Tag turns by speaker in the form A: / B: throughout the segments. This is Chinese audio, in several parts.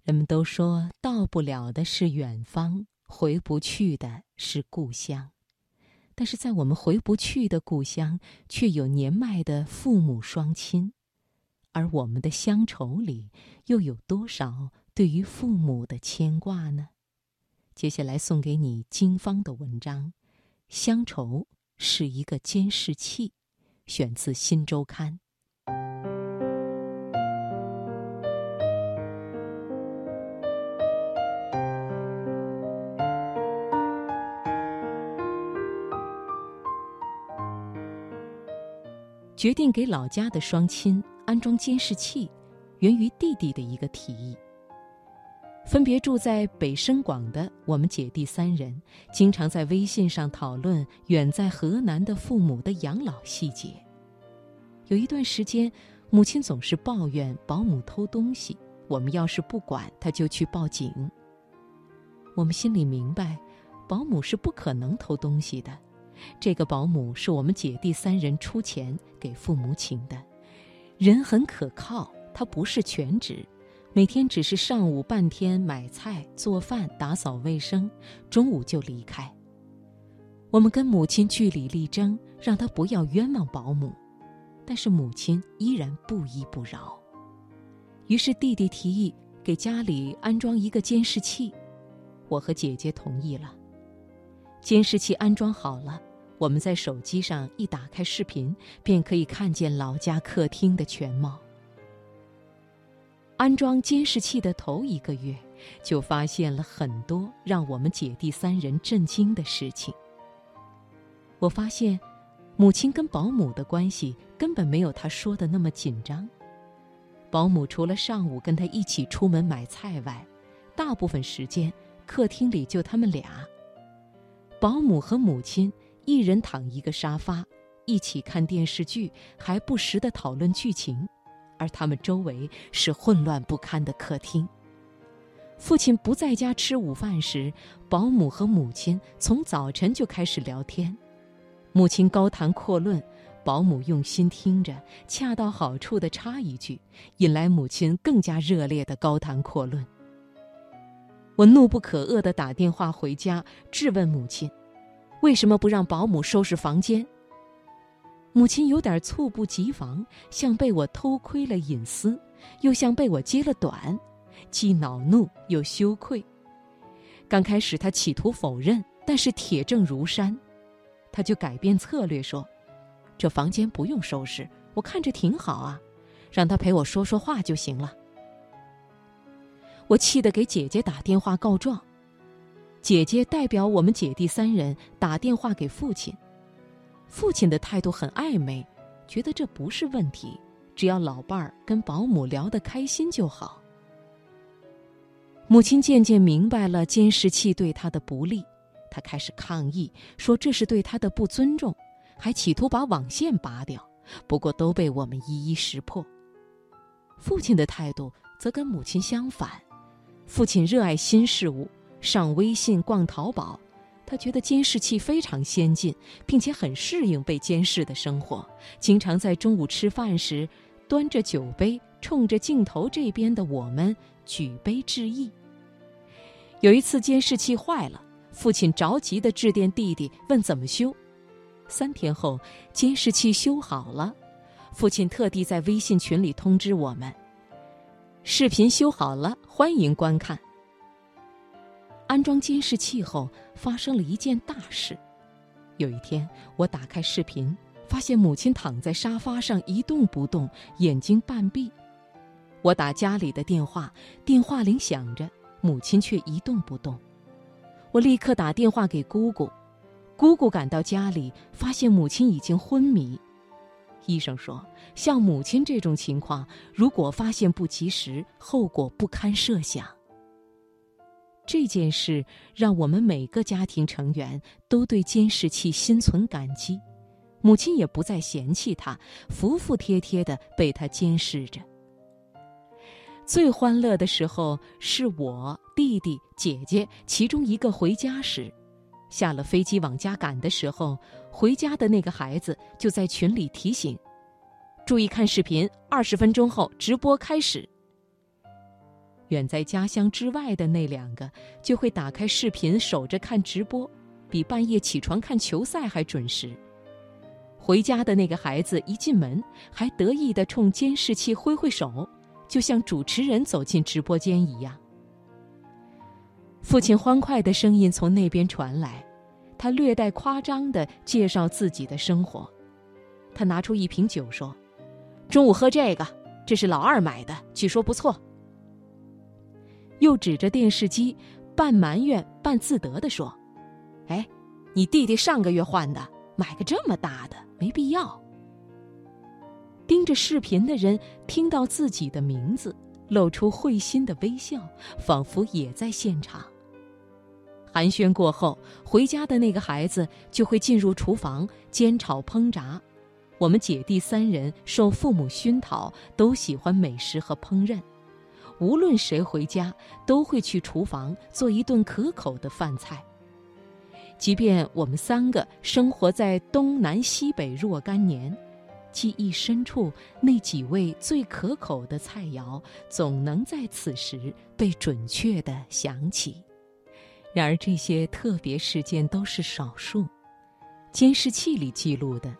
A: 人们都说，到不了的是远方，回不去的是故乡。但是在我们回不去的故乡，却有年迈的父母双亲，而我们的乡愁里，又有多少对于父母的牵挂呢？接下来送给你金芳的文章《乡愁是一个监视器》，选自《新周刊》。决定给老家的双亲安装监视器，源于弟弟的一个提议。分别住在北深广的我们姐弟三人，经常在微信上讨论远在河南的父母的养老细节。有一段时间，母亲总是抱怨保姆偷东西，我们要是不管，她就去报警。我们心里明白，保姆是不可能偷东西的。这个保姆是我们姐弟三人出钱给父母请的，人很可靠，他不是全职，每天只是上午半天买菜、做饭、打扫卫生，中午就离开。我们跟母亲据理力争，让她不要冤枉保姆，但是母亲依然不依不饶。于是弟弟提议给家里安装一个监视器，我和姐姐同意了。监视器安装好了，我们在手机上一打开视频，便可以看见老家客厅的全貌。安装监视器的头1个月，就发现了很多让我们姐弟三人震惊的事情。我发现，母亲跟保姆的关系根本没有她说的那么紧张。保姆除了上午跟她一起出门买菜外，大部分时间客厅里就他们俩。保姆和母亲一人躺一个沙发，一起看电视剧，还不时地讨论剧情，而他们周围是混乱不堪的客厅。父亲不在家吃午饭时，保姆和母亲从早晨就开始聊天，母亲高谈阔论，保姆用心听着，恰到好处地插一句，引来母亲更加热烈地高谈阔论。我怒不可遏地打电话回家，质问母亲，为什么不让保姆收拾房间？母亲有点猝不及防，像被我偷窥了隐私，又像被我揭了短，既恼怒又羞愧。刚开始她企图否认，但是铁证如山，她就改变策略说，这房间不用收拾，我看着挺好啊，让她陪我说说话就行了。我气得给姐姐打电话告状，姐姐代表我们姐弟三人打电话给父亲，父亲的态度很暧昧，觉得这不是问题，只要老伴儿跟保姆聊得开心就好。母亲渐渐明白了监视器对她的不利，她开始抗议，说这是对她的不尊重，还企图把网线拔掉，不过都被我们一一识破。父亲的态度则跟母亲相反，父亲热爱新事物，上微信逛淘宝，他觉得监视器非常先进，并且很适应被监视的生活，经常在中午吃饭时端着酒杯冲着镜头这边的我们举杯致意。有一次监视器坏了，父亲着急地致电弟弟问怎么修。3天后监视器修好了，父亲特地在微信群里通知我们，视频修好了，欢迎观看。安装监视器后，发生了一件大事。有一天，我打开视频，发现母亲躺在沙发上一动不动，眼睛半闭。我打家里的电话，电话铃响着，母亲却一动不动。我立刻打电话给姑姑，姑姑赶到家里，发现母亲已经昏迷。医生说，像母亲这种情况，如果发现不及时，后果不堪设想。这件事让我们每个家庭成员都对监视器心存感激，母亲也不再嫌弃他，服服帖帖地被他监视着。最欢乐的时候是我、弟弟、姐姐其中一个回家时，下了飞机往家赶的时候，回家的那个孩子就在群里提醒，注意看视频，20分钟后直播开始。 远在家乡之外的那2个就会打开视频守着看直播，比半夜起床看球赛还准时。回家的那个孩子一进门还得意地冲监视器挥挥手，就像主持人走进直播间一样。父亲欢快的声音从那边传来，他略带夸张地介绍自己的生活。他拿出一瓶酒说：“中午喝这个，这是老二买的，据说不错。”又指着电视机，半埋怨半自得地说：“哎，你弟弟上个月换的，买个这么大的，没必要。”盯着视频的人听到自己的名字，露出会心的微笑，仿佛也在现场。寒暄过后，回家的那个孩子就会进入厨房煎炒烹炸。我们姐弟3人受父母熏陶，都喜欢美食和烹饪。无论谁回家，都会去厨房做一顿可口的饭菜。即便我们3个生活在东南西北若干年，记忆深处那几味最可口的菜肴，总能在此时被准确地想起。然而这些特别事件都是少数，监视器里记录的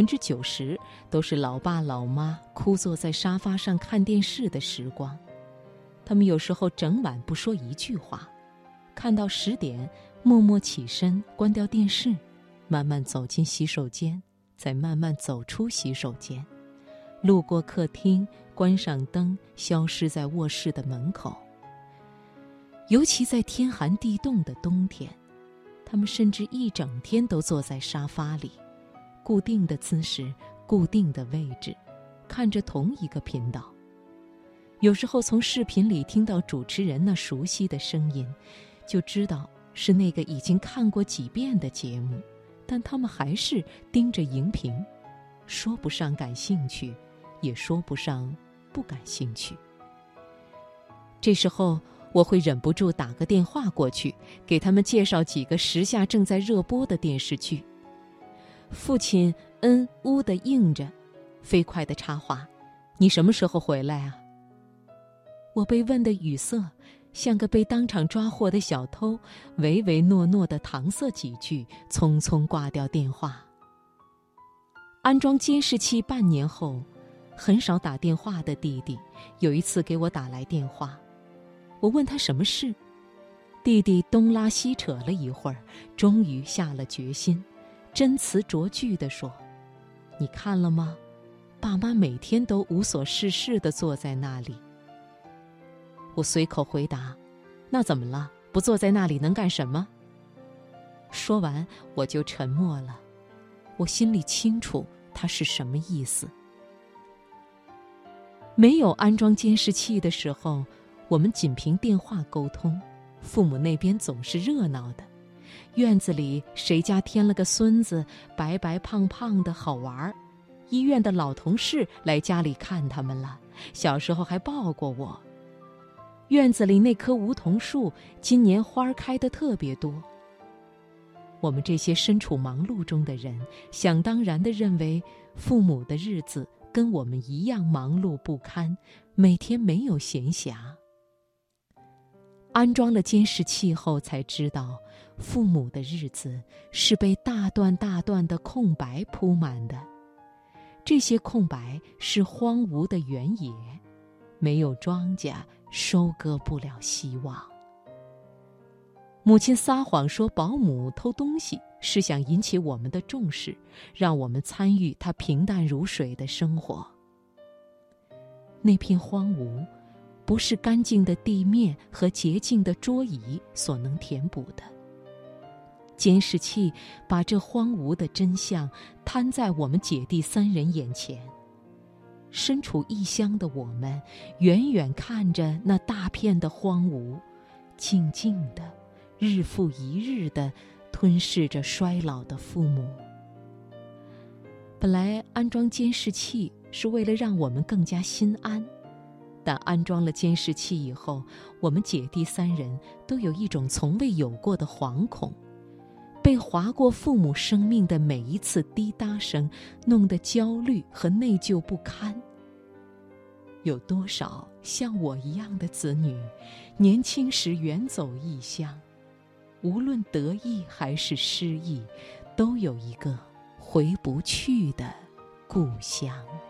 A: 90%都是老爸老妈枯坐在沙发上看电视的时光。他们有时候整晚不说一句话，看到10点默默起身关掉电视，慢慢走进洗手间，再慢慢走出洗手间，路过客厅，关上灯，消失在卧室的门口。尤其在天寒地冻的冬天，他们甚至一整天都坐在沙发里，固定的姿势，固定的位置，看着同一个频道。有时候从视频里听到主持人那熟悉的声音，就知道是那个已经看过几遍的节目，但他们还是盯着荧屏，说不上感兴趣，也说不上不感兴趣。这时候我会忍不住打个电话过去，给他们介绍几个时下正在热播的电视剧。父亲呜地应着，飞快地插话：“你什么时候回来啊？”我被问得语塞，像个被当场抓获的小偷，唯唯诺诺地搪塞几句，匆匆挂掉电话。安装监视器半年后，很少打电话的弟弟有一次给我打来电话。我问他什么事，弟弟东拉西扯了一会儿，终于下了决心，真词琢句地说：“你看了吗？爸妈每天都无所事事地坐在那里。”我随口回答：“那怎么了？不坐在那里能干什么？”说完我就沉默了。我心里清楚他是什么意思。没有安装监视器的时候，我们仅凭电话沟通，父母那边总是热闹的。院子里谁家添了个孙子，白白胖胖的好玩。医院的老同事来家里看他们了，小时候还抱过我。院子里那棵梧桐树今年花开得特别多。我们这些身处忙碌中的人，想当然地认为父母的日子跟我们一样忙碌不堪，每天没有闲暇。安装了监视器后才知道，父母的日子是被大段大段的空白铺满的。这些空白是荒芜的原野，没有庄稼，收割不了希望。母亲撒谎说保姆偷东西，是想引起我们的重视，让我们参与她平淡如水的生活。那片荒芜，不是干净的地面和洁净的桌椅所能填补的。监视器把这荒芜的真相摊在我们姐弟3人眼前。身处异乡的我们，远远看着那大片的荒芜，静静地，日复一日地吞噬着衰老的父母。本来安装监视器是为了让我们更加心安，但安装了监视器以后，我们姐弟3人都有一种从未有过的惶恐，被划过父母生命的每一次滴答声弄得焦虑和内疚不堪。 有多少像我一样的子女，年轻时远走异乡，无论得意还是失意，都有一个回不去的故乡。